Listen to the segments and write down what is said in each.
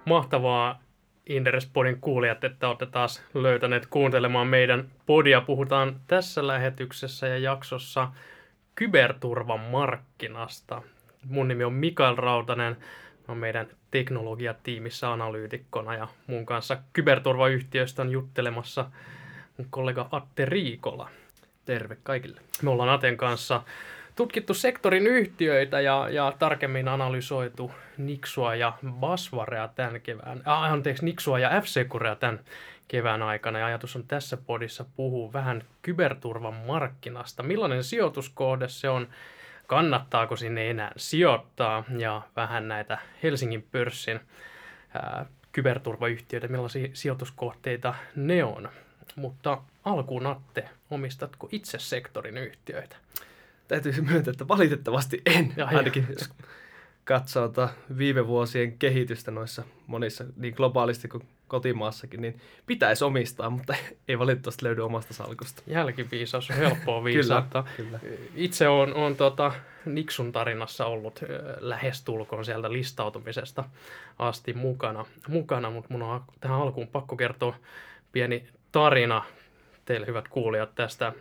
Mahtavaa Inderes-podin kuulijat, että olette taas löytäneet kuuntelemaan meidän podia. Puhutaan tässä lähetyksessä ja jaksossa kyberturvan markkinasta. Mun nimi on Mikael Rautanen, olen meidän teknologiatiimissä analyytikkona ja mun kanssa kyberturvayhtiöstä on juttelemassa mun kollega Atte Riikola. Terve kaikille. Me ollaan Aten kanssa tutkittu sektorin yhtiöitä ja tarkemmin analysoitu Nixua ja Baswarea tämän kevään, Nixua ja F-Securea tämän kevään aikana. Ja ajatus on tässä podissa puhua vähän kyberturvan markkinasta. Millainen sijoituskohde se on, kannattaako sinne enää sijoittaa ja vähän näitä Helsingin pörssin kyberturvayhtiöitä, millaisia sijoituskohteita ne on. Mutta alkuun Atte, omistatko itse sektorin yhtiöitä? Täytyy myöntää, että valitettavasti en. Ainakin jos katsoo viime vuosien kehitystä noissa monissa, niin globaalisti kuin kotimaassakin, niin pitäisi omistaa, mutta ei valitettavasti löydy omasta salkusta. Jälkiviisaus on helppoa viisautta. Kyllä. Itse olen Nixun tarinassa ollut lähestulkoon sieltä listautumisesta asti mukana, mutta mun on tähän alkuun pakko kertoa pieni tarina teille hyvät kuulijat tästä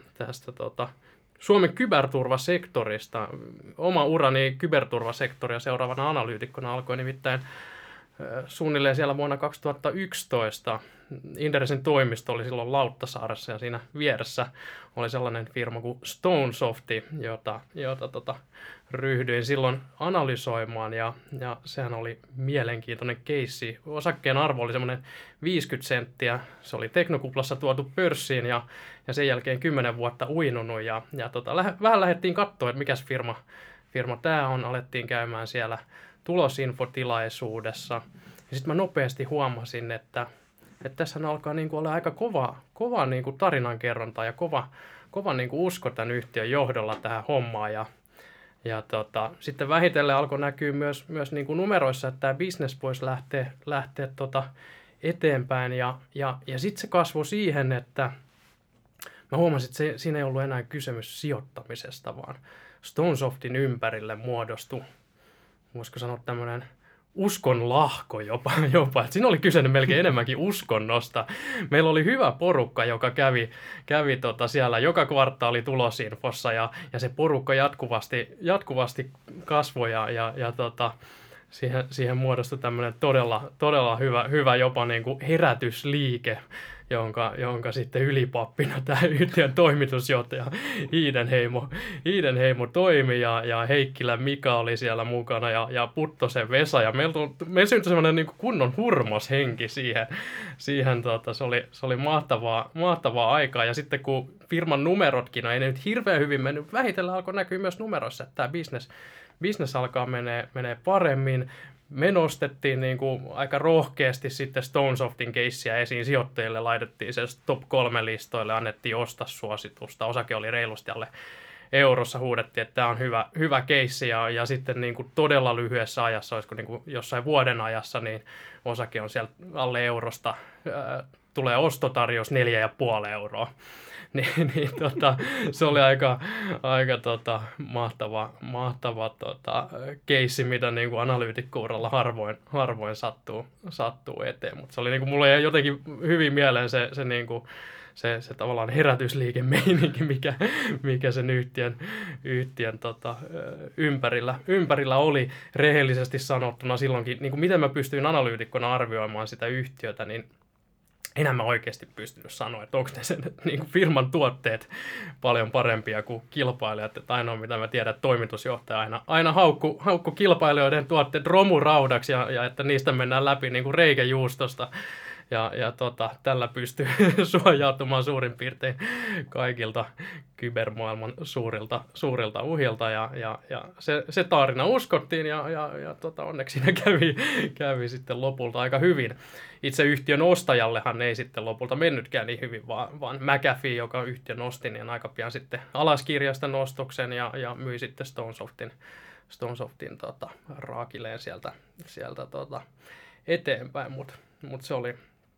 Suomen kyberturvasektorista. Oma urani kyberturvasektoria seuraavana analyytikkona alkoi nimittäin suunnilleen siellä vuonna 2011. Inderesin toimisto oli silloin Lauttasaaressa ja siinä vieressä oli sellainen firma kuin Stonesofti, jota ryhdyin silloin analysoimaan ja sehän oli mielenkiintoinen keissi. Osakkeen arvo oli semmoinen 50 senttiä. Se oli teknokuplassa tuotu pörssiin ja sen jälkeen 10 vuotta uinunut ja vähän lähdettiin katsoa, että mikäs firma tämä on. Alettiin käymään siellä tulosinfotilaisuudessa. Ja sitten mä nopeasti huomasin, että tässä alkaa olla aika kova tarinankerronta ja kova usko tämän yhtiön johdolla tähän hommaan. Ja sitten vähitellen alkoi näkyä myös numeroissa, että tämä business voisi lähteä eteenpäin. Ja sitten se kasvoi siihen, että mä huomasin, että siinä ei ollut enää kysymys sijoittamisesta, vaan Stonesoftin ympärille muodostui, voisiko sanoa tämmöinen uskonlahko jopa. Et siinä oli kyse melkein enemmänkin uskonnosta. Meillä oli hyvä porukka, joka kävi siellä joka kvartaali tulosinfossa ja se porukka jatkuvasti kasvoi ja siihen muodostui tämmöinen todella hyvä jopa niin kuin herätysliike, jonka sitten ylipappina tämä yhtiön toimitusjohtaja Hiidenheimo toimi ja Heikkilän Mika oli siellä mukana ja Puttosen Vesa ja meillä syntyi semmoinen niin kuin kunnon hurmoshenki siihen se oli mahtavaa aikaa ja sitten kun firman numerotkin ei ne nyt hirveän hyvin mennyt, vähitellen alkoi näkyä myös numeroissa, että tämä business alkaa menee paremmin. Me nostettiin aika rohkeasti sitten Stonesoftin keissiä esiin sijoittajille, laitettiin se top 3 listoille, annettiin ostasuositusta, osake oli reilusti alle eurossa, huudettiin, että tämä on hyvä keissi ja sitten todella lyhyessä ajassa, olisiko jossain vuoden ajassa, niin osake on siellä alle eurosta, tulee ostotarjous 4,5 euroa. Se oli aika mahtava keissi, mitä analyytikko-uralla harvoin sattuu eteen. Mutta se oli mulle jäi jotenkin hyvin mieleen se tavallaan herätysliikemeininki, mikä sen yhtiön ympärillä oli rehellisesti sanottuna silloinkin. Miten mä pystyin analyytikkona arvioimaan sitä yhtiötä, niin enää mä oikeasti pystynyt sanoa, että onko ne sen firman tuotteet paljon parempia kuin kilpailijat. Että ainoa mitä mä tiedän, että toimitusjohtaja aina haukku kilpailijoiden tuotteet romuraudaksi ja että niistä mennään läpi niin kuin reikäjuustosta. Ja tällä pystyy suojautumaan suurin piirtein kaikilta kybermaailman suurilta uhilta. Ja se tarina uskottiin ja onneksi siinä kävi sitten lopulta aika hyvin. Itse yhtiön ostajallehan ei sitten lopulta mennytkään niin hyvin, vaan McAfee, joka yhtiön osti, niin aika pian sitten alaskirjasta nostoksen ja myi sitten Stonesoftin raakileen sieltä eteenpäin. Mut se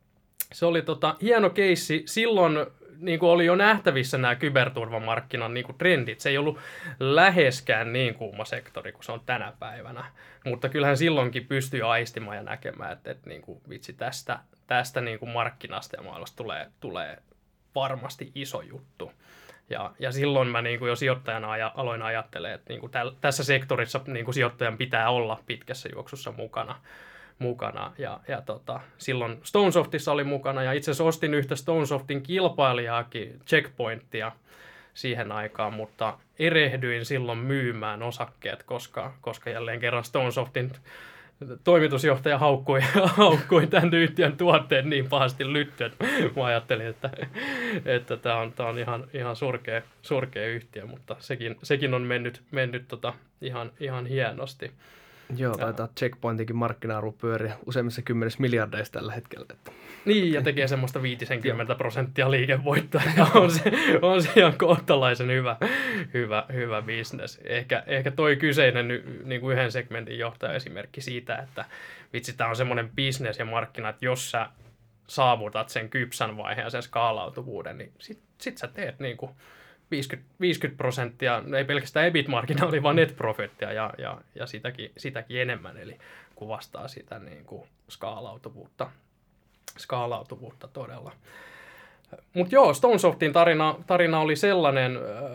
Se oli hieno keissi. Silloin niin kuin oli jo nähtävissä nämä kyberturvamarkkinan niin kuin trendit. Se ei ollut läheskään niin kuuma sektori kuin se on tänä päivänä. Mutta kyllähän silloinkin pystyi aistimaan ja näkemään, että niin kuin, vitsi, tästä niin kuin markkinasta ja maailmasta tulee varmasti iso juttu. Ja silloin mä niin kuin jo sijoittajana aloin ajattelemaan, että niin kuin tässä sektorissa niin kuin sijoittajan pitää olla pitkässä juoksussa mukana. Silloin Stonesoftissa oli mukana ja itse asiassa ostin yhtä Stonesoftin kilpailijaakin, Checkpointia siihen aikaan, mutta erehdyin silloin myymään osakkeet, koska jälleen kerran Stonesoftin toimitusjohtaja haukkui tämän yhtiön tuotteen niin pahasti lytty, että mä ajattelin, että tämä on ihan surkea yhtiö, mutta sekin on mennyt ihan hienosti. Joo, taitaa Checkpointinkin markkina-arvo pyöriä useimmissa 10 miljardeissa tällä hetkellä. Niin, ja tekee semmoista 50% liikevoittoa, ja on se ihan kohtalaisen hyvä business. Ehkä toi kyseinen niin kuin yhden segmentin johtaja esimerkki siitä, että vitsi, tämä on semmoinen business ja markkina, että jos sä saavutat sen kypsän vaiheen ja sen skaalautuvuuden, niin sit sä teet niin kuin 50%, ei pelkästään EBIT-marginaali, vaan net profittia ja sitäkin enemmän, eli kuvastaa sitä niin kuin skaalautuvuutta todella. Mutta joo, Stonesoftin tarina oli sellainen,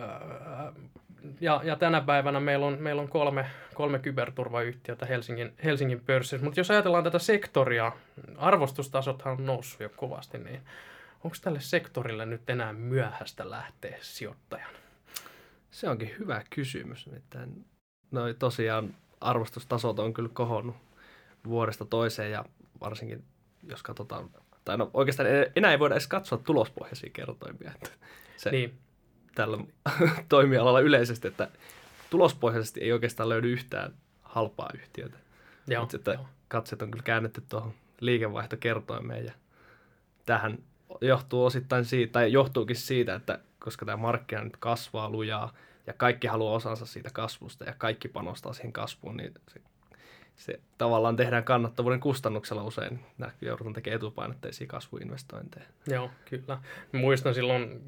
ja tänä päivänä meillä on kolme kyberturvayhtiötä Helsingin pörssissä, mutta jos ajatellaan tätä sektoria, arvostustasothan on noussut jo kovasti, niin onko tälle sektorille nyt enää myöhäistä lähteä sijoittajana? Se onkin hyvä kysymys. No tosiaan arvostustasot on kyllä kohonnut vuodesta toiseen ja varsinkin jos katsotaan, tai no oikeastaan enää ei voida edes katsoa tulospohjaisia kertoimia. Se niin. Tällä toimialalla yleisesti, että tulospohjaisesti ei oikeastaan löydy yhtään halpaa yhtiötä. Mutta sitten katseet on kyllä käännetty tuohon liikevaihtokertoimeen ja tähän johtuu osittain siitä, tai johtuukin siitä, että koska tämä markkina nyt kasvaa lujaa ja kaikki haluaa osansa siitä kasvusta ja kaikki panostaa siihen kasvuun, niin se tavallaan tehdään kannattavuuden kustannuksella usein. Joudutaan tekemään etupainotteisia kasvuinvestointeja. Joo, kyllä. Muistan silloin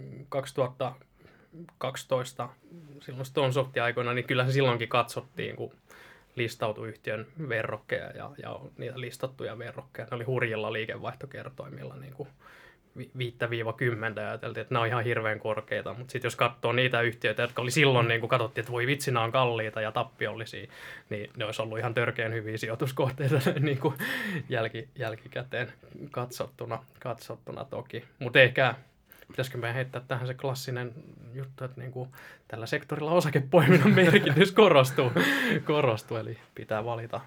2012, silloin Stonesoftin aikoina, niin kyllähän silloinkin katsottiin, kun listautui yhtiön verrokkeja ja niitä listattuja verrokkeja. Ne oli hurjilla liikevaihtokertoimilla niin kuin 5-10 ja ajateltiin, että nämä on ihan hirveän korkeita, mutta sitten jos katsoo niitä yhtiöitä, jotka oli silloin, niin kun katsottiin, että voi vitsi, nämä on kalliita ja tappiollisia, niin ne olisi ollut ihan törkeän hyviä sijoituskohteita niin kuin jälkikäteen katsottuna toki. Mutta ehkä pitäisikö meidän heittää tähän se klassinen juttu, että niin kuin tällä sektorilla osakepoiminnan merkitys korostuu, eli pitää valita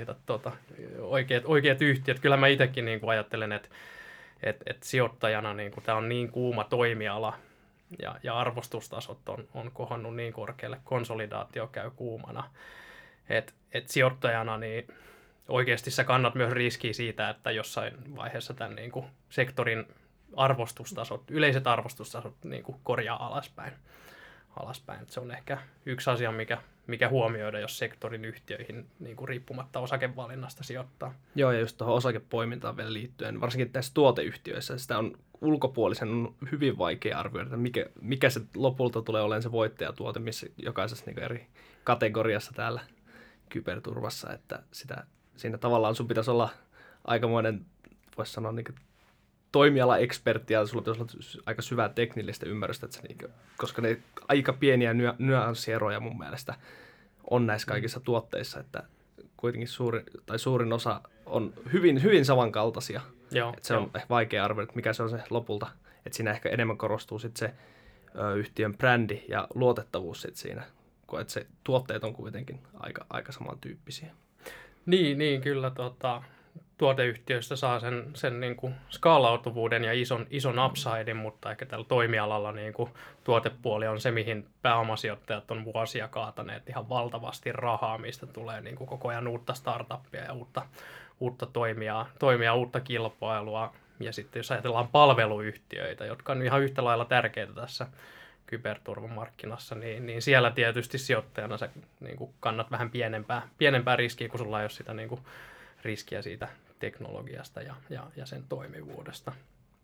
oikeat yhtiöt. Kyllä mä itsekin niin kuin ajattelen, että sijoittajana niin tämä on niin kuuma toimiala ja arvostustasot on kohonnut niin korkealle, konsolidaatio käy kuumana, että sijoittajana niin oikeasti sä kannat myös riskiä siitä, että jossain vaiheessa tämän niin kuin sektorin yleiset arvostustasot niin kuin korjaa alaspäin. Se on ehkä yksi asia, mikä huomioida, jos sektorin yhtiöihin niin kuin riippumatta osakevalinnasta sijoittaa. Joo, ja just tuohon osakepoimintaan vielä liittyen, varsinkin tässä tuoteyhtiöissä, sitä on ulkopuolisen hyvin vaikea arvioida, mikä se lopulta tulee olemaan se voittajatuote, missä jokaisessa niin kuin eri kategoriassa täällä kyberturvassa, että siinä tavallaan sun pitäisi olla aikamoinen, voisi sanoa, niin kuin toimiala-ekspertti ja sulla pitäisi olla aika syvää teknillistä ymmärrystä, että koska ne aika pieniä nyanssieroja mun mielestä on näissä kaikissa tuotteissa, että kuitenkin suurin osa on hyvin, hyvin samankaltaisia. Että se on vaikea arvioida, että mikä se on se lopulta, että siinä ehkä enemmän korostuu sit se yhtiön brändi ja luotettavuus sit siinä, kun että se tuotteet on kuitenkin aika samantyyppisiä. Niin kyllä tuoteyhtiöistä saa sen niin kuin skaalautuvuuden ja ison upsidein, mutta ehkä tällä toimialalla niin kuin tuotepuoli on se, mihin pääomasijoittajat on vuosia kaataneet ihan valtavasti rahaa, mistä tulee niin kuin koko ajan uutta startuppia ja uutta toimijaa, uutta kilpailua. Ja sitten jos ajatellaan palveluyhtiöitä, jotka on ihan yhtä lailla tärkeitä tässä kyberturvamarkkinassa, niin siellä tietysti sijoittajana sä niin kuin kannat vähän pienempää riskiä, kun sulla ei ole sitä niin kuin riskiä siitä teknologiasta ja sen toimivuudesta.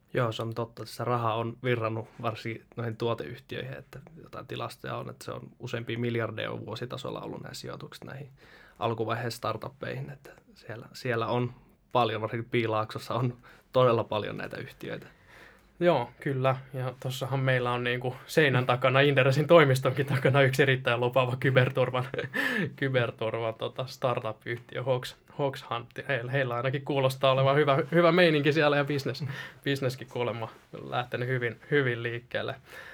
Joo, se on totta. Se raha on virrannut varsinkin noihin tuoteyhtiöihin, että jotain tilastoja on, että se on useampia miljardeja vuositasolla ollut nämä sijoitukset näihin alkuvaiheen startuppeihin, että siellä on paljon, varsinkin Piilaaksossa on todella paljon näitä yhtiöitä. Joo, kyllä. Ja tossahan meillä on niinku seinän takana, Inderesin toimistonkin takana yksi erittäin lupaava kyberturvan startup-yhtiö, Hawks Hunt. Heillä ainakin kuulostaa olevan hyvä meininki siellä ja bisneskin kuulemma lähtenyt hyvin liikkeelle.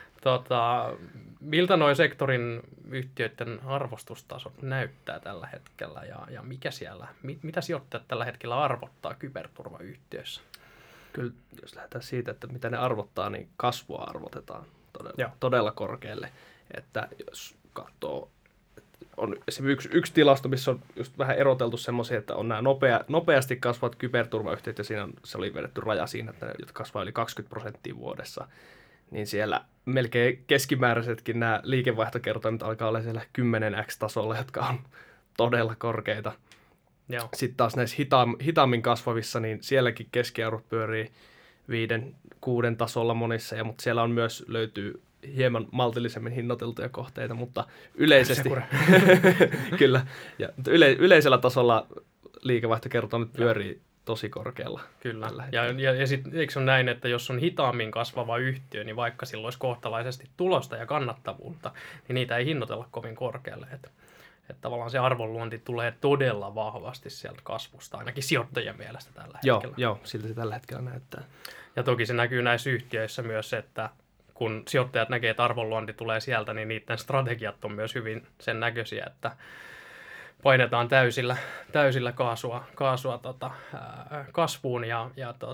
Miltä nuo sektorin yhtiöiden arvostustasot näyttää tällä hetkellä ja mitä sijoittajat tällä hetkellä arvottaa kyberturvayhtiöissä? Kyllä, jos lähdetään siitä, että mitä ne arvottaa, niin kasvua arvotetaan todella korkealle. Että jos katsoo, on esimerkiksi yksi tilasto, missä on just vähän eroteltu semmoisia, että on nämä nopeasti kasvavat kyberturvayhtiöt, ja se oli vedetty raja siinä, että ne kasvaa yli 20% vuodessa. Niin siellä melkein keskimääräisetkin nämä liikevaihtokertoimet alkaa olla siellä 10x-tasolla, jotka on todella korkeita. Joo. Sitten taas näissä hitaammin kasvavissa, niin sielläkin keskiarvot pyörii 5-6 tasolla monissa, mutta siellä on myös löytyy hieman maltillisemmin hinnoiteltuja kohteita, mutta yleisesti kyllä, ja yleisellä tasolla liikevaihtokertoimet pyörii tosi korkealla. Kyllä, ja sitten eikö se ole näin, että jos on hitaammin kasvava yhtiö, niin vaikka sillä olisi kohtalaisesti tulosta ja kannattavuutta, niin niitä ei hinnoitella kovin korkealle. Että tavallaan se arvonluonti tulee todella vahvasti sieltä kasvusta, ainakin sijoittajien mielestä tällä hetkellä. Joo, siltä se tällä hetkellä näyttää. Ja toki se näkyy näissä yhtiöissä myös, että kun sijoittajat näkee, että arvonluonti tulee sieltä, niin niiden strategiat on myös hyvin sen näköisiä, että painetaan täysillä kaasua kasvuun ja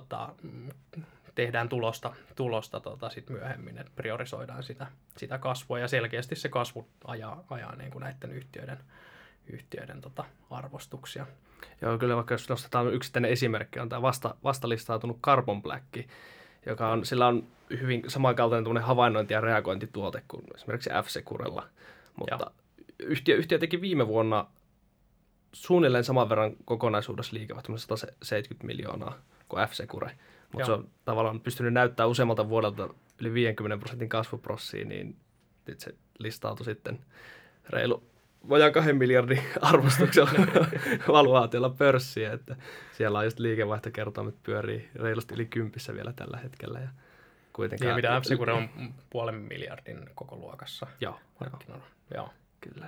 tehdään tulosta sit myöhemmin, että priorisoidaan sitä kasvua ja selkeästi se kasvu ajaa niin kuin näiden yhtiöiden arvostuksia. Joo, kyllä vaikka jos nostetaan yksittäinen esimerkki, on tämä vastalistautunut Carbon Black, sillä on hyvin samankaltainen havainnointi- ja reagointituote kuin esimerkiksi F-Securella, mutta yhtiö teki viime vuonna suunnilleen saman verran kokonaisuudessa liikevaihtoa, 170 miljoonaa kuin F-Secure. Mutta se on tavallaan pystynyt näyttämään useammalta vuodelta yli 50% kasvuprossiin, niin nyt se listautui sitten reilu vajaan 2 miljardin arvostuksella valuaatiolla pörssiä, että siellä on just liikevaihtokertoimet pyörii reilusti yli 10 vielä tällä hetkellä. Ja kuitenkaan... Ja mitä F-Secure on 0,5 miljardin koko luokassa markkinoilla. Joo. Kyllä,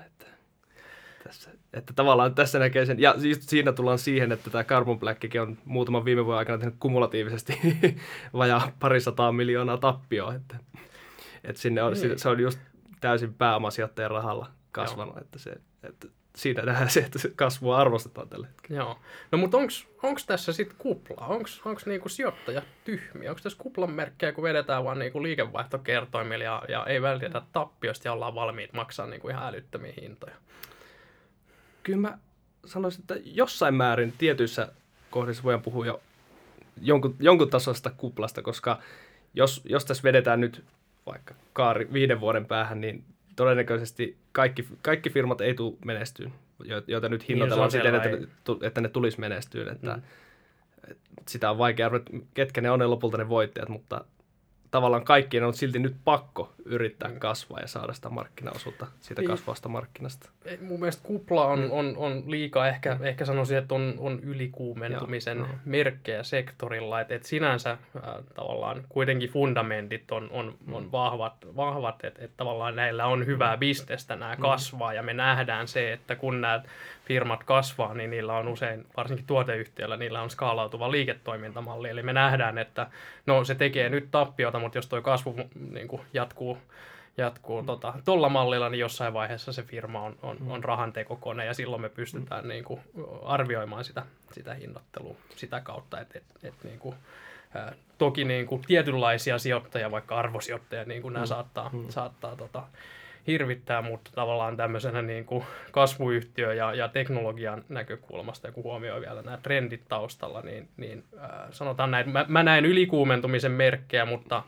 että tavallaan tässä näkee sen, ja siinä tullaan siihen, että tämä Carbon Blackikin on muutaman viime vuoden aikana tehnyt kumulatiivisesti vajaa 200 miljoonaa tappioa, että sinne on, se on just täysin pääomasijoittajan rahalla kasvanut, että siinä nähdään se, että se kasvua arvostetaan tällä hetkellä. Joo. No mutta onko tässä sitten kuplaa? Onko niinku sijoittajat tyhmiä? Onko tässä kuplan merkkejä, kun vedetään vaan niinku liikevaihtokertoimilla ja ei välitetä tappiosta ja ollaan valmiit maksaa niinku ihan älyttömiä hintoja? Kyllä mä sanoisin, että jossain määrin tietyissä kohdissa voidaan puhua jo jonkun tasosta kuplasta, koska jos tässä vedetään nyt vaikka kaari 5 vuoden päähän, niin todennäköisesti kaikki firmat ei tule menestyyn, joita nyt hinnoitellaan siten, että ne tulisi menestyyn. Että sitä on vaikea arvata, ketkä ne on lopulta ne voittajat, mutta tavallaan kaikkien on silti nyt pakko yrittää kasvaa ja saada sitä markkinaosuutta siitä kasvavasta markkinasta. Mun mielestä kupla on liikaa, ehkä sanoisin, että on ylikuumentumisen merkkejä sektorilla, että sinänsä tavallaan kuitenkin fundamentit on vahvat että tavallaan näillä on hyvää bisnestä, nämä kasvaa ja me nähdään se, että kun nämä firmat kasvaa, niin niillä on usein, varsinkin tuoteyhtiöillä, niillä on skaalautuva liiketoimintamalli, eli me nähdään, että no se tekee nyt tappiota, mutta jos tuo kasvu niin kuin jatkuu tuolla mallilla, niin jossain vaiheessa se firma on rahantekokone ja silloin me pystytään niin kuin arvioimaan sitä hinnoittelua sitä kautta, että niin kuin, toki niin kuin tietynlaisia sijoittajia, vaikka arvosijoittajia, niin kuin nämä saattaa hirvittää, mutta tavallaan tämmöisenä niin kuin kasvuyhtiö ja teknologian näkökulmasta, ja kun huomioi vielä nämä trendit taustalla, niin sanotaan näin, mä näen ylikuumentumisen merkkejä, mutta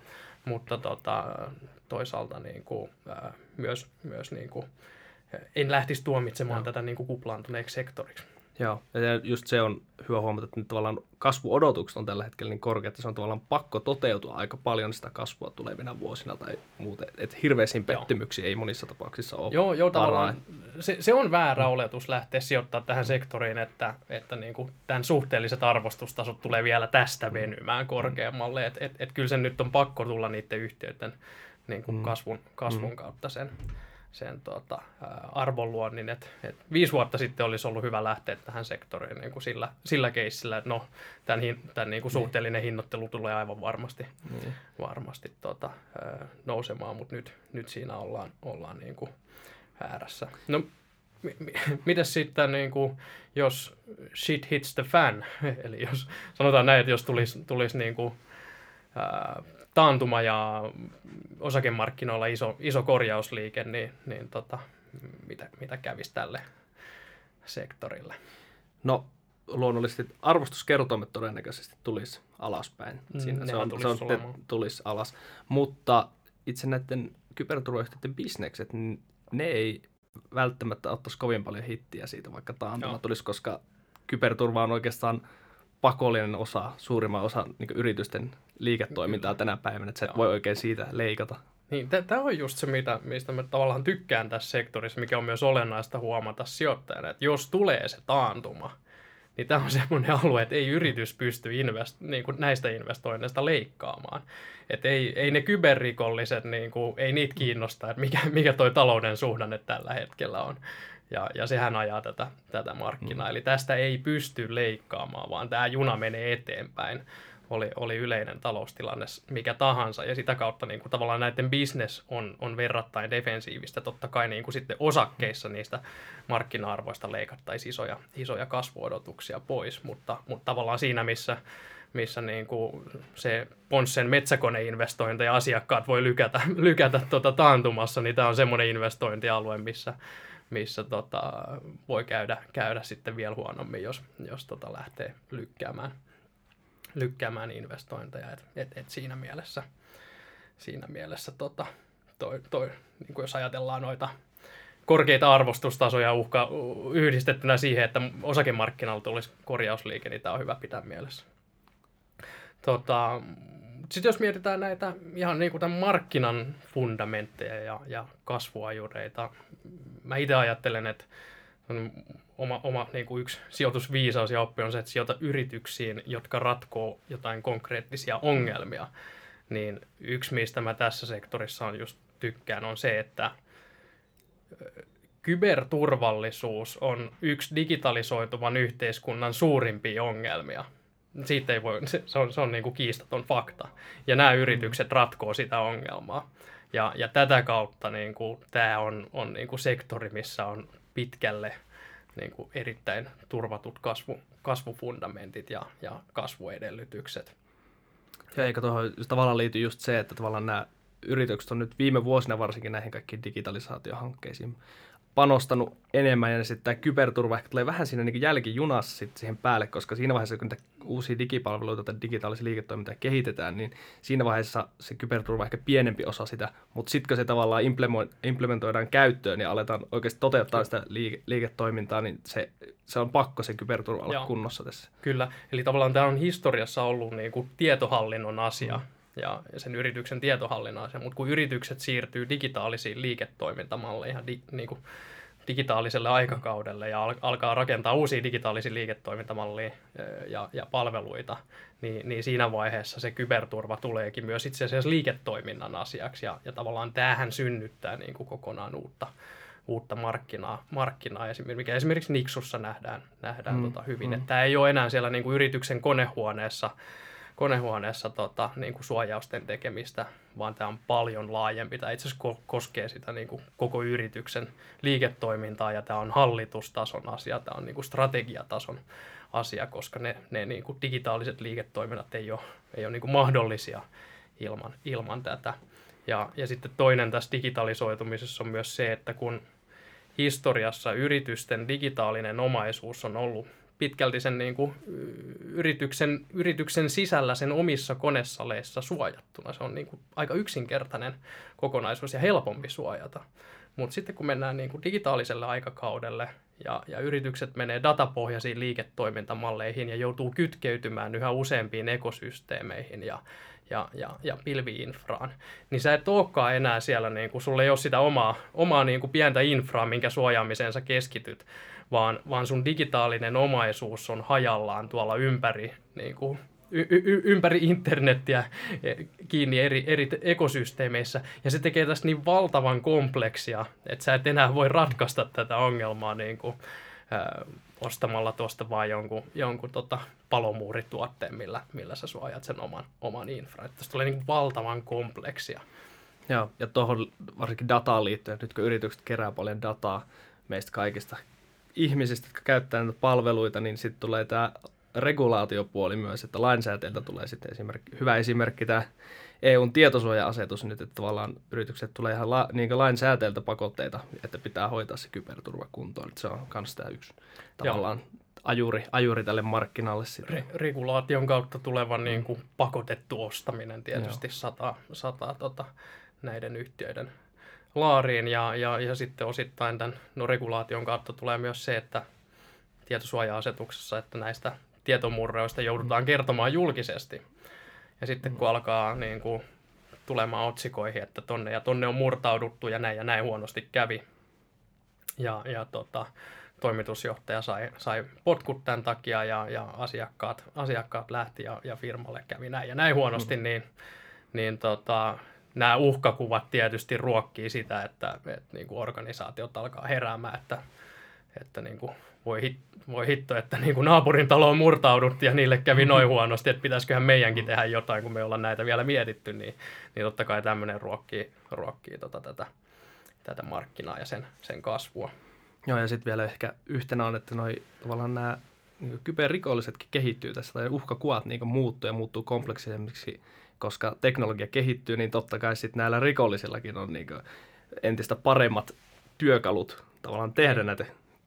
toisaalta niin kuin, myös niin kuin, en lähtisi tuomitsemaan tätä niin kuin kuplaantuneeksi sektoriksi. Joo, ja just se on hyvä huomata, että nyt tavallaan kasvuodotukset on tällä hetkellä niin korkeat, että se on tavallaan pakko toteutua aika paljon sitä kasvua tulevina vuosina tai muuten. Että hirveisiin pettymyksiin ei monissa tapauksissa ole. Joo, tavallaan se on väärä oletus lähteä sijoittaa tähän sektoriin, että niin kuin tämän suhteelliset arvostustasot tulee vielä tästä venymään korkeammalle. Et kyllä sen nyt on pakko tulla niiden yhtiöiden niin kuin kasvun kautta sen arvonluonnin, että 5 vuotta sitten olisi ollut hyvä lähteä tähän sektoriin niin kuin sillä keissillä, että no, tämän niin kuin suhteellinen hinnoittelu tulee aivan varmasti nousemaan, mutta nyt siinä ollaan niin kuin väärässä. No, mites sitten, niin kuin, jos shit hits the fan, eli jos sanotaan näin, että jos tulisi niin kuin, taantuma ja osakemarkkinoilla iso korjausliike, niin mitä kävisi tälle sektorille? No luonnollisesti arvostuskertoimet todennäköisesti tulisi alaspäin. Siinä se tulisi alas. Mutta itse näiden kyberturvayhtiöiden bisnekset, niin ne ei välttämättä ottaisi kovin paljon hittiä siitä, vaikka taantuma tulisi, koska kyberturva on oikeastaan pakollinen osa, suurimman osa niin yritysten liiketoimintaa tänä päivänä, että sä et voi oikein siitä leikata. Niin, tämä on just se, mistä mä tavallaan tykkään tässä sektorissa, mikä on myös olennaista huomata sijoittajana, että jos tulee se taantuma, niin tämä on semmoinen alue, että ei yritys pysty niin kuin näistä investoinneista leikkaamaan. Että ei ne kyberrikolliset, niin kuin, ei niitä kiinnosta, että mikä toi talouden suhdanne tällä hetkellä on. Ja sehän ajaa tätä markkinaa. Eli tästä ei pysty leikkaamaan, vaan tämä juna menee eteenpäin. Oli yleinen taloustilanne mikä tahansa. Ja sitä kautta niin kuin, tavallaan näiden business on verrattain defensiivistä. Totta kai niin kuin sitten osakkeissa niistä markkina-arvoista leikattaisiin isoja kasvuodotuksia pois. Mutta tavallaan siinä, missä niin kuin se Ponssen metsäkoneinvestointi ja asiakkaat voi lykätä taantumassa, niin tämä on semmoinen investointialue, missä voi käydä sitten vielä huonommin, jos lähtee lykkäämään investointeja. Et siinä mielessä niin kuin jos ajatellaan noita korkeita arvostustasoja yhdistettynä siihen, että osakemarkkinalla tulisi korjausliike, niin tämä on hyvä pitää mielessä. Sitten jos mietitään näitä ihan niin kuin tämän markkinan fundamentteja ja kasvuajureita, mä itse ajattelen, että oma niin kuin yksi sijoitusviisaus ja oppi on se, että sijoita yrityksiin, jotka ratkoo jotain konkreettisia ongelmia. Niin yksi, mistä mä tässä sektorissa just tykkään, on se, että kyberturvallisuus on yksi digitalisoituvan yhteiskunnan suurimpia ongelmia. Siitä ei voi, se on niin kuin kiistaton fakta. Ja nämä yritykset ratkoo sitä ongelmaa. Ja tätä kautta niin kuin, tämä on niin kuin sektori, missä on pitkälle niin kuin erittäin turvatut kasvufundamentit ja kasvuedellytykset. Ja eikä tuohon tavallaan liity just se, että tavallaan nämä yritykset on nyt viime vuosina varsinkin näihin kaikkiin digitalisaatiohankkeisiin panostanut enemmän, ja sitten tämä kyberturva ehkä tulee vähän siinä niin jälkijunassa sit siihen päälle, koska siinä vaiheessa, kun niitä uusia digipalveluita tai digitaalisia liiketoimintaa kehitetään, niin siinä vaiheessa se kyberturva on ehkä pienempi osa sitä, mutta sitten kun se tavallaan implementoidaan käyttöön ja aletaan oikeasti toteuttaa sitä liiketoimintaa, niin se on pakko sen kyberturva olla kunnossa tässä. Kyllä, eli tavallaan tämä on historiassa ollut niin kuin tietohallinnon asia, ja sen yrityksen tietohallinnan asia, mutta kun yritykset siirtyy digitaalisiin liiketoimintamalleihin, niin kuin digitaaliselle aikakaudelle ja alkaa rakentaa uusia digitaalisia liiketoimintamalleja ja palveluita, niin siinä vaiheessa se kyberturva tuleekin myös itse asiassa liiketoiminnan asiaksi, ja tavallaan tämähän synnyttää niin kuin kokonaan uutta markkinaa, mikä esimerkiksi Nixussa nähdään hyvin, että tämä ei ole enää siellä niin kuin yrityksen konehuoneessa niin kuin suojausten tekemistä, vaan tämä on paljon laajempi. Tämä itse asiassa koskee sitä niin kuin koko yrityksen liiketoimintaa, ja tämä on hallitustason asia, tämä on niin kuin strategiatason asia, koska ne niin kuin digitaaliset liiketoiminnat ei ole niin kuin mahdollisia ilman tätä. Ja sitten toinen tässä digitalisoitumisessa on myös se, että kun historiassa yritysten digitaalinen omaisuus on ollut pitkälti sen niin kuin yrityksen sisällä sen omissa konesaleissa suojattuna. Se on niin kuin aika yksinkertainen kokonaisuus ja helpompi suojata. Mutta sitten kun mennään niin kuin digitaaliselle aikakaudelle ja yritykset menee datapohjaisiin liiketoimintamalleihin ja joutuu kytkeytymään yhä useampiin ekosysteemeihin ja pilvi-infraan, niin sä et olekaan enää siellä, niin kuin, sulla ei ole sitä omaa niin kuin pientä infraa, minkä suojaamiseen sä keskityt, vaan sun digitaalinen omaisuus on hajallaan tuolla ympäri, niin kuin, ympäri internettiä kiinni eri ekosysteemeissä, ja se tekee tästä niin valtavan kompleksia, että sä et enää voi ratkaista tätä ongelmaa niin kuin, ostamalla tuosta vaan jonkun palomuurituotteen, millä sä suojaat sen oman infran. Tästä tulee niin kuin valtavan kompleksia. Joo, ja tuohon varsinkin dataan liittyen, nyt kun yritykset kerää paljon dataa meistä kaikista ihmisistä, jotka käyttää näitä palveluita, niin sitten tulee tämä regulaatiopuoli myös, että lainsäätäjältä tulee sitten hyvä esimerkki tämä EUn tietosuoja-asetus nyt, että tavallaan yritykset tulee ihan niin lainsäätäjältä pakotteita, että pitää hoitaa se kyberturva kuntoon. Että se on myös tämä yksi tavallaan ajuri tälle markkinalle. Regulaation kautta tuleva niin kuin pakotettu ostaminen tietysti sataa näiden yhtiöiden laariin ja sitten osittain tämän regulaation kautta tulee myös se, että tietosuoja-asetuksessa, että näistä tietomurroista joudutaan kertomaan julkisesti. Ja sitten kun alkaa niin kuin, tulemaan otsikoihin, että tonne on murtauduttu ja näin huonosti kävi. Ja toimitusjohtaja sai potkut tämän takia ja asiakkaat lähti ja firmalle kävi näin huonosti, niin nämä uhkakuvat tietysti ruokkii sitä, että niin kuin organisaatiot alkaa heräämään, että niin kuin voi hitto, että niin kuin naapurin taloon murtauduttiin ja niille kävi noin huonosti, että pitäisiköhän meidänkin tehdä jotain, kun me ollaan näitä vielä mietitty, niin totta kai tämmöinen ruokkii tätä markkinaa ja sen kasvua. Joo, ja sitten vielä ehkä yhtenä on, että tavallaan nämä niin kyberrikollisetkin kehittyy tässä, tai uhkakuvat niin muuttuu ja muuttuu kompleksisemmiksi, koska teknologia kehittyy, niin totta kai sitten näillä rikollisillakin on niin entistä paremmat työkalut tavallaan tehdä näitä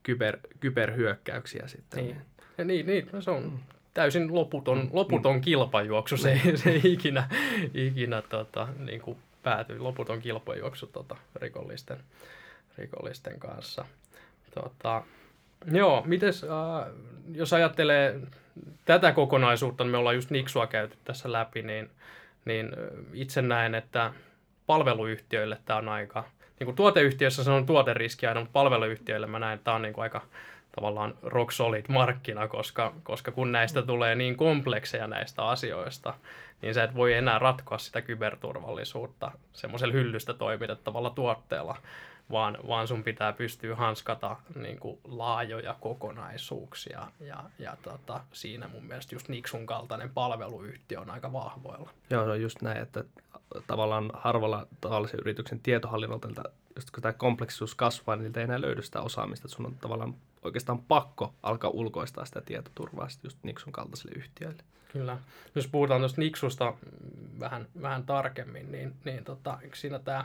kyberhyökkäyksiä sitten. Niin, se on täysin loputon kilpajuoksu, se ei ikinä niin kuin pääty, loputon kilpajuoksu rikollisten kanssa. Joo, mites, jos ajattelee tätä kokonaisuutta, niin me ollaan just Nixua käyty tässä läpi, niin itse näen, että palveluyhtiöille tämä on aika, niin kuin tuoteyhtiössä se on tuoteriski aina, mutta palveluyhtiöille mä näen, että tämä on niin kuin aika tavallaan rock solid markkina, koska kun näistä tulee niin komplekseja näistä asioista, niin sä et voi enää ratkoa sitä kyberturvallisuutta semmoisella hyllystä toimitettavalla tuotteella, vaan sun pitää pystyä hanskata niin kuin laajoja kokonaisuuksia ja siinä mun mielestä just Nixun kaltainen palveluyhtiö on aika vahvoilla. Joo, se on just näin, että tavallaan harvalla tavallisen yrityksen tietohallinnolta, just kun tämä kompleksisuus kasvaa, niin niiltä ei enää löydy sitä osaamista, että sun on tavallaan oikeastaan pakko alkaa ulkoistaa sitä tietoturvaa just Nixun kaltaisille yhtiöille. Kyllä. Jos puhutaan tuosta Nixusta vähän tarkemmin, niin siinä tämä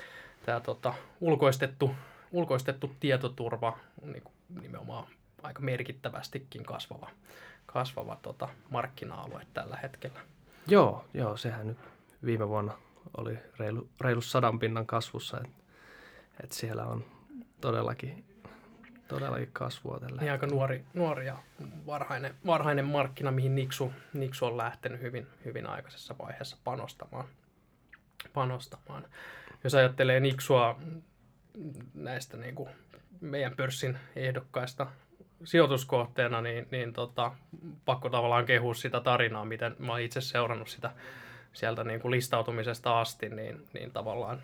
ulkoistettu tietoturva on niin nimenomaan aika merkittävästikin kasvava markkina-alue tällä hetkellä. Joo, sehän nyt viime vuonna oli reilu 100 pinnan kasvussa, että siellä on todellakin kasvua tällä. Niin aika nuori ja varhainen markkina, mihin Nixu on lähtenyt hyvin aikaisessa vaiheessa panostamaan. Jos ajattelee Nixua näistä niin kuin meidän pörssin ehdokkaista sijoituskohteena, niin pakko tavallaan kehua sitä tarinaa, miten mä oon itse seurannut sitä sieltä niin kuin listautumisesta asti, niin tavallaan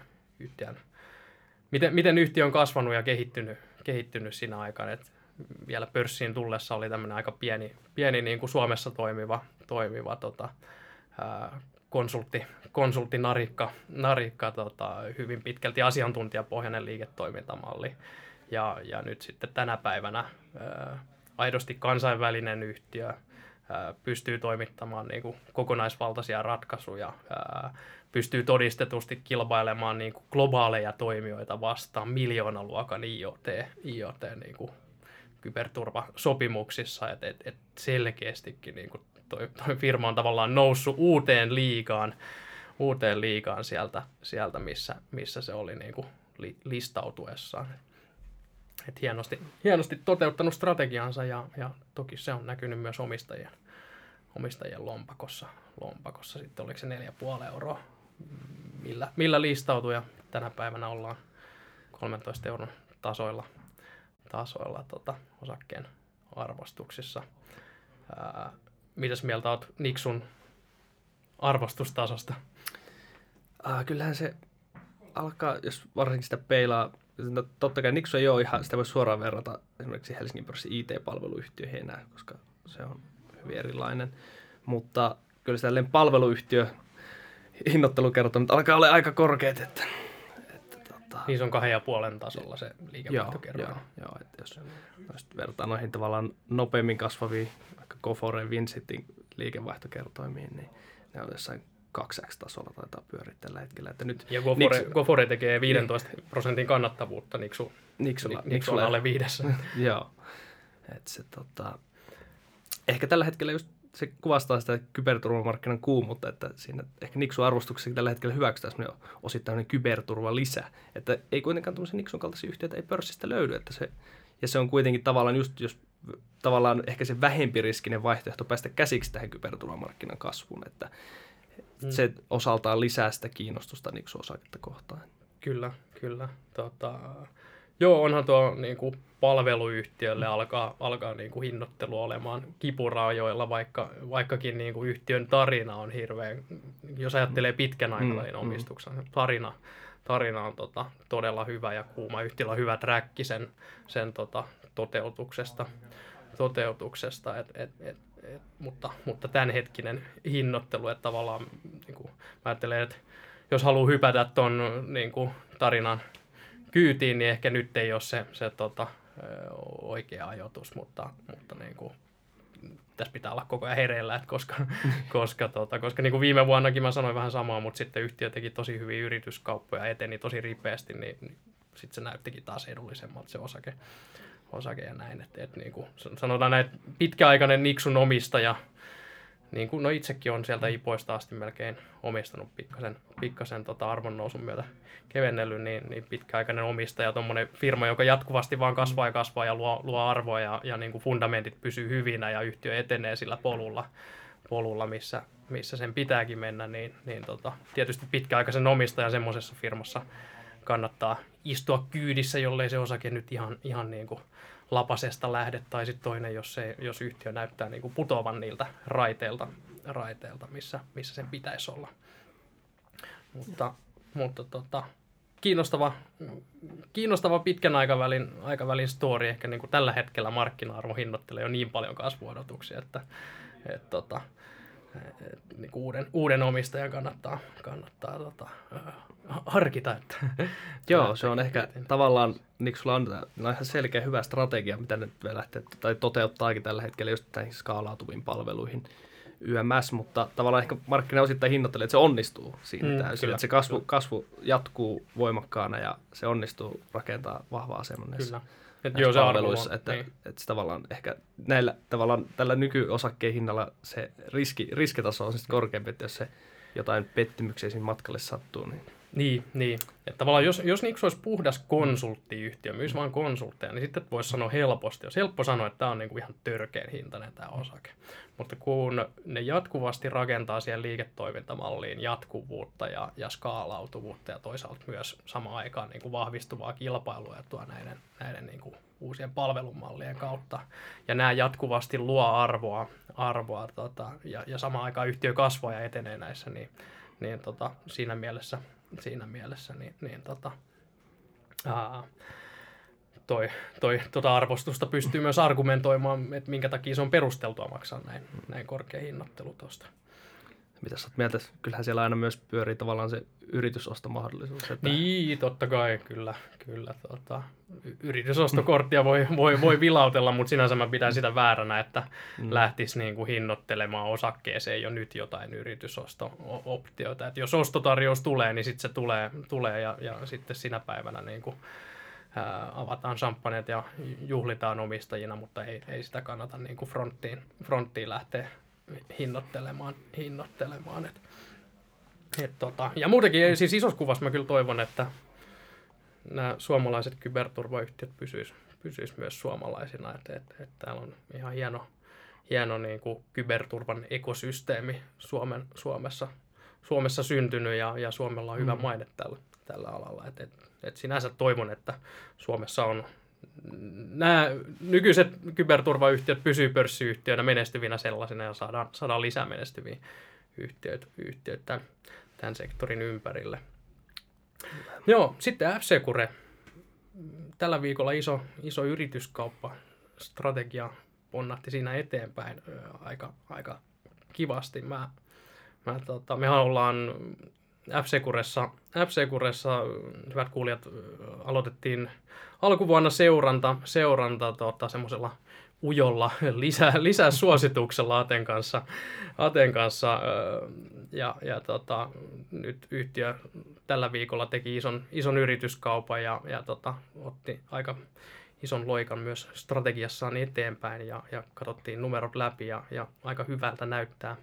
miten yhtiö on kasvanut ja kehittynyt siinä aikana, että vielä pörssiin tullessa oli tämmöinen aika pieni niin kuin Suomessa toimiva konsultti narikka hyvin pitkälti asiantuntijapohjainen liiketoimintamalli. Ja nyt sitten tänä päivänä aidosti kansainvälinen yhtiö pystyy toimittamaan niin kuin kokonaisvaltaisia ratkaisuja, pystyy todistetusti kilpailemaan niin kuin globaaleja toimijoita vastaan miljoonaluokan IoT niin kuin kyberturvasopimuksissa, että selkeästikin niin kuin toi firma on tavallaan noussut uuteen liigaan sieltä missä se oli niin kuin listautuessaan. Et hienosti toteuttanut strategiansa ja toki se on näkynyt myös omistajien lompakossa. Sitten oliko se 4,5 euroa, millä listautui ja tänä päivänä ollaan 13 euron tasoilla osakkeen arvostuksissa. Mitäs mieltä olet Nixun arvostustasosta? Kyllähän se alkaa, jos varsinkin sitä peilaa, no, totta kai Nixu ei ole ihan, sitä voi suoraan verrata esimerkiksi Helsingin pörssin IT-palveluyhtiöihin enää, koska se on hyvin erilainen. Mutta kyllä sitä palveluyhtiö hinnoittelukertoimet alkaa olla aika korkeat, että niin se on 2,5 tasolla se liikevaihtokerroin. Joo, että jos vertaa noihin tavallaan nopeammin kasvaviin, vaikka Gofore, Vincetin liikevaihtokertoimiin, niin ne on jossain 2x-tasolla taitaa pyöriä tällä hetkellä. Että nyt ja Gofore tekee 15% kannattavuutta, Nixu on alle 5. Joo, että se ehkä tällä hetkellä just se kuvastaa sitä kyberturvamarkkinan kuumuutta, että siinä ehkä Nixu-arvostuksessa tällä hetkellä hyväksytään semmoinen osittain kyberturva lisä. Että ei kuitenkaan tuollaisia Nixun kaltaisia yhtiöitä ei pörssistä löydy. Ja se on kuitenkin tavallaan just, jos tavallaan ehkä se vähempi riskinen vaihtoehto päästä käsiksi tähän kyberturvamarkkinan kasvuun. Että se osaltaan lisää sitä kiinnostusta Nixu-osaketta kohtaan. Kyllä. Joo, onhan tuo niinku palveluyhtiölle alkaa niinku hinnoittelu olemaan kipurajoilla, vaikkakin niinku yhtiön tarina on hirveän, jos ajattelee pitkän aikavälin omistuksen, tarina on todella hyvä ja kuuma. Yhtiöllä on hyvä träkki sen toteutuksesta mutta tämänhetkinen hinnoittelu, että tavallaan niinku, mä ajattelen, että jos haluaa hypätä ton niinku tarinan kyytiin, niin ehkä nyt ei ole se oikea ajoitus, mutta niin kuin, tässä pitää olla koko ajan hereillä, että koska niin kuin viime vuonnakin mä sanoin vähän samaa, mutta sitten yhtiö teki tosi hyviä yrityskauppoja, eteni tosi ripeästi, niin sitten se näyttikin taas edullisemmalta se osake ja näin. Et niin kuin sanotaan näin, pitkäaikainen Nixun omistaja, niin kuin itsekin on sieltä IPOista asti melkein omistanut pikkasen arvonnousun myötä kevennellyt, niin pitkäaikainen omistaja, tuommoinen firma, joka jatkuvasti vaan kasvaa ja luo arvoa ja niin kuin fundamentit pysyy hyvinä ja yhtiö etenee sillä polulla missä sen pitääkin mennä, niin tietysti pitkäaikaisen omistajan semmoisessa firmassa kannattaa istua kyydissä, jollei se osake nyt ihan niin kuin lapasesta lähde, tai sitten toinen, jos yhtiö näyttää niin kuin putoavan niiltä raiteilta missä sen pitäisi olla. Mutta kiinnostava pitkän aikavälin story. Ehkä niin kuin tällä hetkellä markkina-arvo hinnoittelee jo niin paljon kasvuodotuksia, että niin kuin uuden omistajan kannattaa harkita. Että joo, se on ehkä tavallaan, Nixulla on ihan selkeä hyvä strategia, mitä ne lähtee tai toteuttaakin tällä hetkellä just näihin skaalautuviin palveluihin YMS, mutta tavallaan ehkä markkina osittain hinnoittelee, että se onnistuu siinä täysin, että se kasvu jatkuu voimakkaana ja se onnistuu rakentaa vahvaa aseman näissä palveluissa, että se tavallaan ehkä tällä nykyosakkeen hinnalla se riskitaso on sitten korkeampi, että jos se jotain pettymyksiä siinä matkalle sattuu, Niin. Että tavallaan jos Nixu olisi puhdas konsulttiyhtiö, myös vain konsultteja, niin sitten voisi sanoa helposti. Olisi helppo sanoa, että tämä on niinku ihan törkeän hintainen tämä osake. Mutta kun ne jatkuvasti rakentaa siihen liiketoimintamalliin jatkuvuutta ja skaalautuvuutta ja toisaalta myös samaan aikaan niinku vahvistuvaa kilpailua ja tuo näiden niinku uusien palvelumallien kautta. Ja nämä jatkuvasti luo arvoa ja samaan aikaan yhtiö kasvaa ja etenee näissä, niin siinä mielessä arvostusta pystyy myös argumentoimaan, että minkä takia se on perusteltua maksaa näin korkea hinnoittelu tuosta. Mitä sä oot mieltä? Kyllähän siellä aina myös pyörii tavallaan se yritysostomahdollisuus. Että niin, totta kai, kyllä. Yritysostokorttia voi vilautella, mutta sinänsä mä pidän sitä vääränä, että lähtisi niin kuin hinnoittelemaan osakkeeseen jo nyt jotain yritysosto-optioita. Et jos ostotarjous tulee, niin sitten se tulee ja sitten sinä päivänä niin kuin avataan champagnet ja juhlitaan omistajina, mutta ei sitä kannata niin kuin fronttiin lähteä hinnoittelemaan. Ja muutenkin siis isossa kuvassa mä kyllä toivon, että nämä suomalaiset kyberturvayhtiöt myös suomalaisina. Että täällä on ihan hieno niin kuin kyberturvan ekosysteemi Suomessa syntynyt ja Suomella on hyvä maine tällä alalla. Et sinänsä toivon, että Suomessa on nämä nykyiset kyberturvayhtiöt pysyy pörssiyhtiöinä menestyvinä sellaisina ja saadaan lisää menestyviä yhtiöitä tämän sektorin ympärille. Joo, sitten F-Secure. Tällä viikolla iso yrityskauppastrategia ponnahti siinä eteenpäin aika kivasti. Mehän ollaan F-Securessa, hyvät kuulijat, aloitettiin alkuvuonna seuranta semmoisella ujolla lisäsuosituksella Aten kanssa ja nyt yhtiö tällä viikolla teki ison yrityskaupan ja otti aika ison loikan myös strategiassaan eteenpäin ja katsottiin numerot läpi ja aika hyvältä näyttää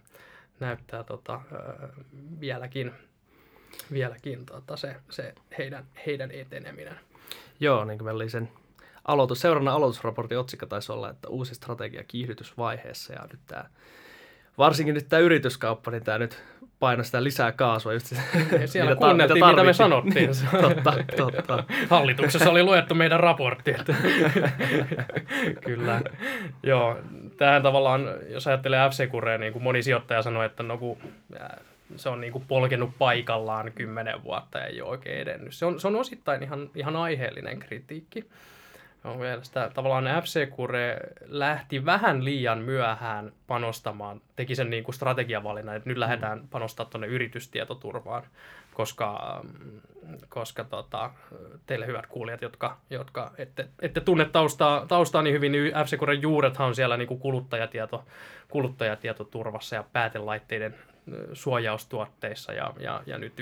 vieläkin se heidän eteneminen. Joo, niin kuin meillä oli sen seurannan aloitusraportin otsikko taisi olla, että uusi strategia kiihdytysvaiheessa, ja nyt varsinkin nyt tämä yrityskauppa, niin tämä nyt painoi sitä lisää kaasua. Just siellä kuunneltiin, mitä me sanottiin. Totta. Hallituksessa oli luettu meidän raportti. Kyllä. Joo, tämähän tavallaan, jos ajattelee F-Securea, niin kuin moni sijoittaja sanoi, että se on niin kuin polkenut paikallaan 10 vuotta ja ei ole oikein edennyt. Se on osittain ihan aiheellinen kritiikki. Mielestäni tavallaan F-Secure lähti vähän liian myöhään panostamaan, teki sen niin kuin strategiavalinnan, että nyt lähdetään panostamaan tuonne yritystietoturvaan, koska teille hyvät kuulijat, jotka ette tunne taustaa niin hyvin, niin F-Securen juurethan on siellä niin kuin kuluttajatietoturvassa ja päätelaitteiden suojaustuotteissa ja nyt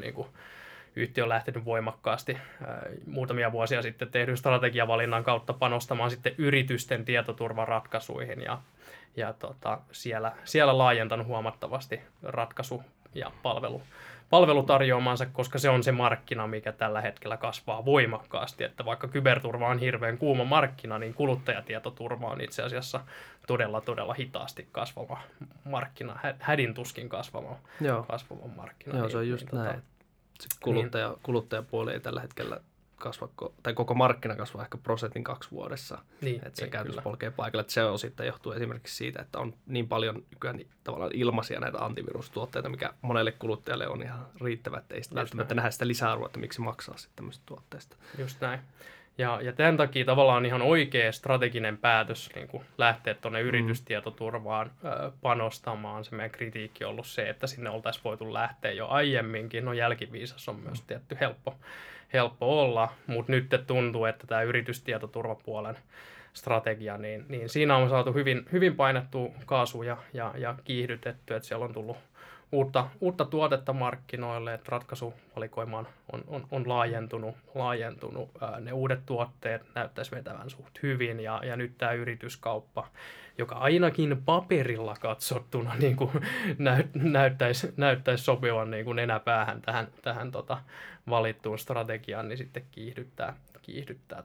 yhtiö on lähtenyt voimakkaasti muutamia vuosia sitten tehdyn strategiavalinnan kautta panostamaan sitten yritysten tietoturvaratkaisuihin ja siellä laajentanut huomattavasti ratkaisu- ja palvelutarjoamansa, koska se on se markkina, mikä tällä hetkellä kasvaa voimakkaasti. Että vaikka kyberturva on hirveän kuuma markkina, niin kuluttajatietoturva on itse asiassa todella hitaasti kasvava markkina, hädintuskin kasvava markkina. Joo, se on just näin. Kuluttajapuoli ei tällä hetkellä kasva, tai koko markkina kasvaa ehkä 1% vuodessa. Että se käytös polkee paikalle. Että se osittain johtuu esimerkiksi siitä, että on niin paljon nykyään tavallaan ilmaisia näitä antivirustuotteita, mikä monelle kuluttajalle on ihan riittävä, että ei sitä välttämättä nähdä sitä lisäarvoa, että miksi maksaa sitten tämmöistä tuotteista. Just näin. Ja tämän takia tavallaan ihan oikea strateginen päätös niin kuin lähteä tuonne yritystietoturvaan panostamaan. Se meidän kritiikki on ollut se, että sinne oltaisiin voitu lähteä jo aiemminkin. No jälkiviisas on myös tietty helppo olla, mutta nyt tuntuu, että tämä yritystietoturvapuolen strategia, niin siinä on saatu hyvin painettua kaasuja ja kiihdytetty, että siellä on tullut uutta tuotetta markkinoille, että ratkaisuvalikoima on laajentunut. Ne uudet tuotteet näyttäisi vetävän suht hyvin ja nyt tämä yrityskauppa, joka ainakin paperilla katsottuna niin kuin näyttäisi sopivan niin kuin nenäpäähän tähän valittuun strategiaan, niin sitten kiihdyttää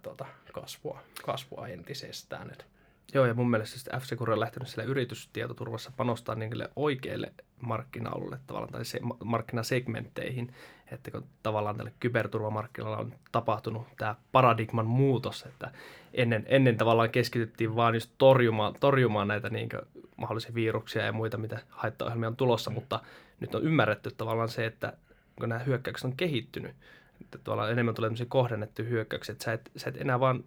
kasvua entisestään. Joo, ja mun mielestä F-Secure on lähtenyt siellä yritystietoturvassa panostaa niille oikeille markkina-alueille tavallaan, tai markkinasegmentteihin, että kun tavallaan tälle kyberturvamarkkinoilla on tapahtunut tämä paradigman muutos, että ennen tavallaan keskityttiin vaan just torjumaan näitä mahdollisia viruksia ja muita, mitä haittaohjelmia on tulossa, mutta nyt on ymmärretty tavallaan se, että kun nämä hyökkäykset on kehittynyt, että tavallaan enemmän tulee tämmöisiä kohdennettuja hyökkäyksiä, että sä et enää vaan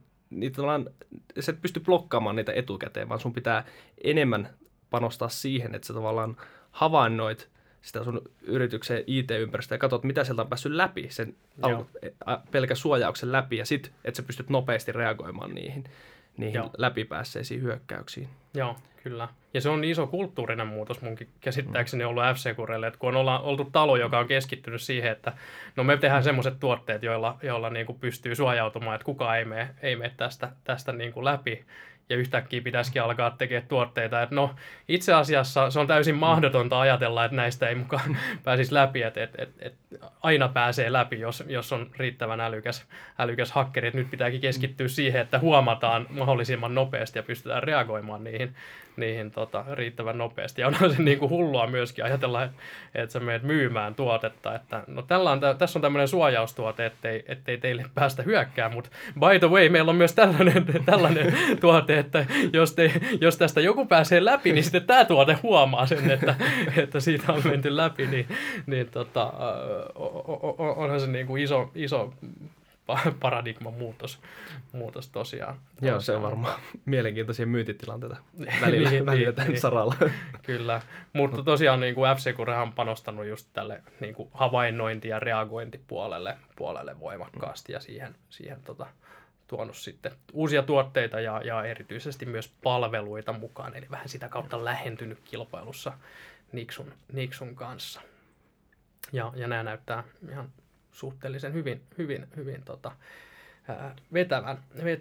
sä et pysty blokkaamaan niitä etukäteen, vaan sun pitää enemmän panostaa siihen, että sä tavallaan havainnoit sitä sun yrityksen IT-ympäristöä ja katsot, mitä sieltä on päässyt läpi, sen pelkän suojauksen läpi, ja sitten, että sä pystyt nopeasti reagoimaan niihin läpipäässeisiin hyökkäyksiin. Joo, kyllä. Ja se on iso kulttuurinen muutos munkin käsittääkseni ollut F-Securelle, että kun on oltu talo, joka on keskittynyt siihen, että no me tehdään semmoiset tuotteet, joilla niin kuin pystyy suojautumaan, että kukaan ei mene tästä niin kuin läpi. ja yhtäkkiä pitäisikin alkaa tekemään tuotteita. Että no, itse asiassa se on täysin mahdotonta ajatella, että näistä ei mukaan pääsisi läpi, että aina pääsee läpi, jos on riittävän älykäs hakkeri. Että nyt pitääkin keskittyä siihen, että huomataan mahdollisimman nopeasti ja pystytään reagoimaan niihin riittävän nopeasti. Ja onhan se niin kuin hullua myöskin ajatella, että sä menet myymään tuotetta, että no tässä on tämmöinen suojaustuote, ettei teille päästä hyökkään, mutta by the way, meillä on myös tällainen tuote, että jos tästä joku pääsee läpi, niin sitten tämä tuote huomaa sen, että siitä on menty läpi, niin onhan se niin kuin iso paradigman muutos tosiaan. Joo, se on varmaan mielenkiintoisia myyntitilanteita välillä tämän saralla. Kyllä, mutta tosiaan niin kuin F-Secure on panostanut just tälle niin kuin havainnointi- ja reagointipuolelle voimakkaasti ja siihen tuonut sitten uusia tuotteita ja erityisesti myös palveluita mukaan, eli vähän sitä kautta lähentynyt kilpailussa Nixun kanssa. Ja nämä näyttää ihan suhteellisen hyvin vetävän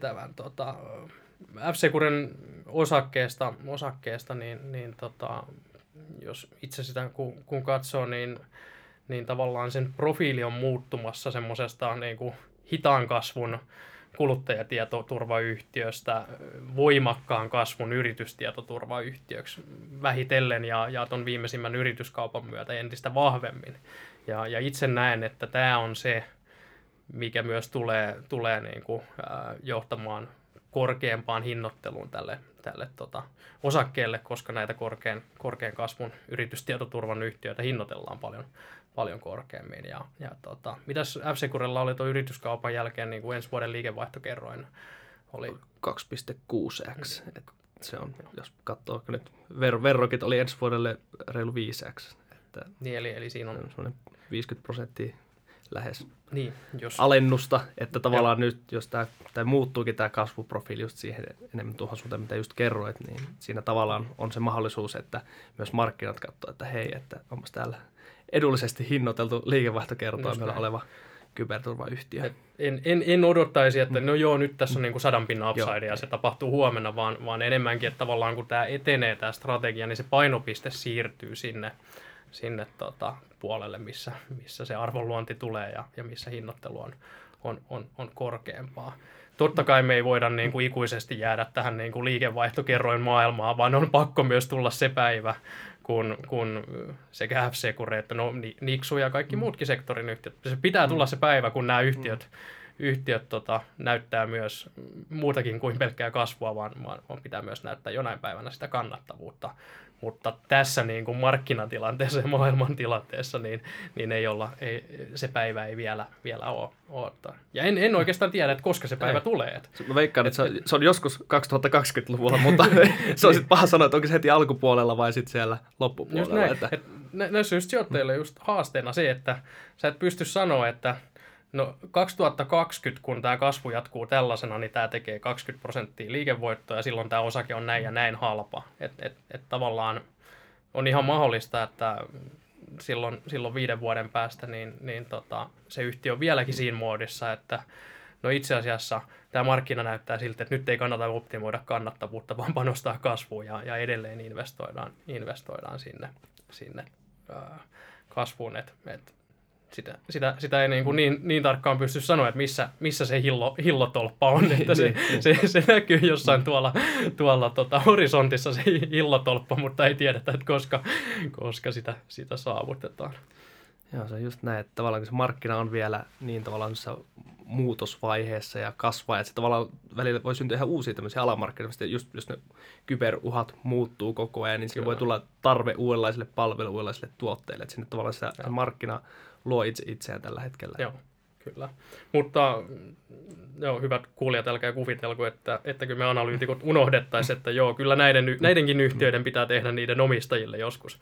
F-Securen osakkeesta niin jos itse sitä kun katsoo, niin tavallaan sen profiili on muuttumassa semmoisesta niin kuin hitaan kasvun kuluttajatietoturvayhtiöstä voimakkaan kasvun yritystietoturvayhtiöksi vähitellen ja ton viimeisimmän yrityskaupan myötä entistä vahvemmin. Ja itse näen, että tämä on se, mikä myös tulee niin kuin, johtamaan korkeampaan hinnoitteluun tälle osakkeelle, koska näitä korkean kasvun yritystietoturvan yhtiöitä hinnoitellaan paljon korkeammin. Mitäs F-Securella oli tuon yrityskaupan jälkeen niin kuin ensi vuoden liikevaihtokerroin? Oli 2,6x. Se on, jos katsoo, nyt verrokit oli ensi vuodelle reilu 5x. Niin, eli siinä on 50% lähes jos alennusta, että tavallaan nyt, jos tämä muuttuukin tämä kasvuprofiili just siihen enemmän tuohon suuntaan, mitä just kerroit, niin siinä tavallaan on se mahdollisuus, että myös markkinat katsoo, että hei, että onpas täällä edullisesti hinnoiteltu liikevaihtokertoimella oleva kyberturvayhtiö. En odottaisi, että no joo, nyt tässä on niin kuin 100 pinnan upside ja se tapahtuu huomenna, vaan enemmänkin, että tavallaan kun tämä etenee, tämä strategia, niin se painopiste siirtyy sinne puolelle, missä se arvonluonti tulee ja missä hinnoittelu on korkeampaa. Totta kai me ei voida niin kuin ikuisesti jäädä tähän niin kuin liikevaihtokerroin maailmaan, vaan on pakko myös tulla se päivä, kun sekä F-Secure että Nixu ja kaikki muutkin sektorin yhtiöt. Se pitää tulla se päivä, kun nämä yhtiöt näyttää myös muutakin kuin pelkkää kasvua, vaan pitää myös näyttää jonain päivänä sitä kannattavuutta. Mutta tässä niin kuin markkinatilanteessa ja maailmantilanteessa niin se päivä ei vielä ole. Ja en oikeastaan tiedä, että koska se päivä tulee. Mä veikkaan, että se on joskus 2020-luvulla, mutta se on sitten paha sanoa, että onko se heti alkupuolella vai sitten siellä loppupuolella. Näissä just sijoittajille just haasteena se, että sä et pysty sanoa, että no 2020, kun tämä kasvu jatkuu tällaisena, niin tämä tekee 20% liikevoittoa ja silloin tämä osake on näin ja näin halpa. Et tavallaan on ihan mahdollista, että silloin 5 vuoden päästä niin se yhtiö on vieläkin siinä muodissa, että no itse asiassa tämä markkina näyttää siltä, että nyt ei kannata optimoida kannattavuutta, vaan panostaa kasvuun ja edelleen investoidaan sinne kasvuun, Sitä ei niin tarkkaan pysty sanoa, että missä se hillotolppa on, että se näkyy jossain tuolla horisontissa se hillotolppa, mutta ei tiedetä, että koska sitä saavutetaan. Joo, se on just näin, että tavallaan se markkina on vielä niin tavallaan muutosvaiheessa ja kasvaa, että se tavallaan välillä voi syntyä ihan uusia tämmöisiä alamarkkinoita, just jos ne kyberuhat muuttuu koko ajan, niin siinä voi tulla tarve uudenlaisille palveluille, uudenlaisille tuotteille, että sinne tavallaan se markkina luo itseään tällä hetkellä. Joo, kyllä. Mutta hyvät kuulijat, älkää kuvitelko, että kyllä me analyytikot unohdettaisiin, että joo, kyllä näidenkin yhtiöiden pitää tehdä niiden omistajille joskus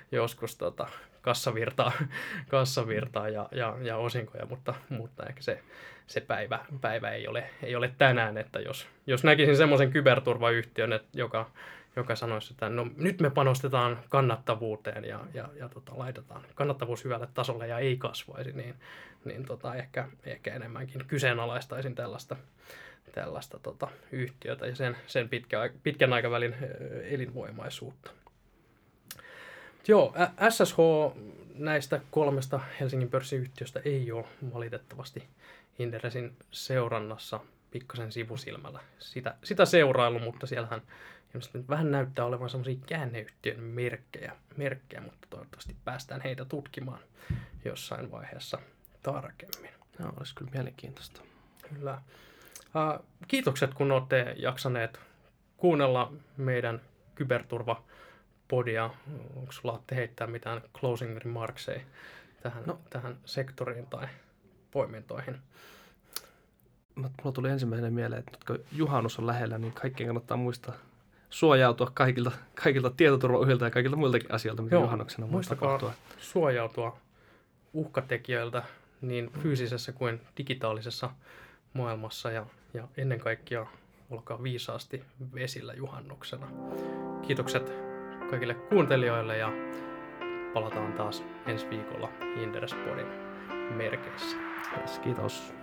kassavirtaa ja osinkoja, mutta ehkä se päivä ei ole tänään, että jos näkisin semmoisen kyberturvayhtiön, joka sanoisi, että no nyt me panostetaan kannattavuuteen ja laitetaan kannattavuus hyvälle tasolle ja ei kasvaisi, niin ehkä enemmänkin kyseenalaistaisin tällaista yhtiötä ja sen pitkän aikavälin elinvoimaisuutta. Joo, SSH näistä 3 Helsingin pörssiyhtiöstä ei ole valitettavasti Inderesin seurannassa pikkasen sivusilmällä sitä seurailu, mutta siellähän nyt vähän näyttää olevan semmoisia käänneyhtiön merkkejä, mutta toivottavasti päästään heitä tutkimaan jossain vaiheessa tarkemmin. No, olisi kyllä mielenkiintoista. Kyllä. Kiitokset, kun olette jaksaneet kuunnella meidän kyberturva-podia. Onko sulla heittää mitään closing remarkseja tähän sektoriin tai poimintoihin? Mulla tuli ensimmäisenä mieleen, että kun juhannus on lähellä, niin kaikkien kannattaa muistaa suojautua kaikilta tietoturvauhilta ja kaikilta muiltakin asioilta, mitä juhannuksena voi tapahtua. Suojautua uhkatekijöiltä niin fyysisessä kuin digitaalisessa maailmassa ja ennen kaikkea olkaa viisaasti vesillä juhannuksena. Kiitokset kaikille kuuntelijoille ja palataan taas ensi viikolla Inderes Podin merkeissä. Kiitos.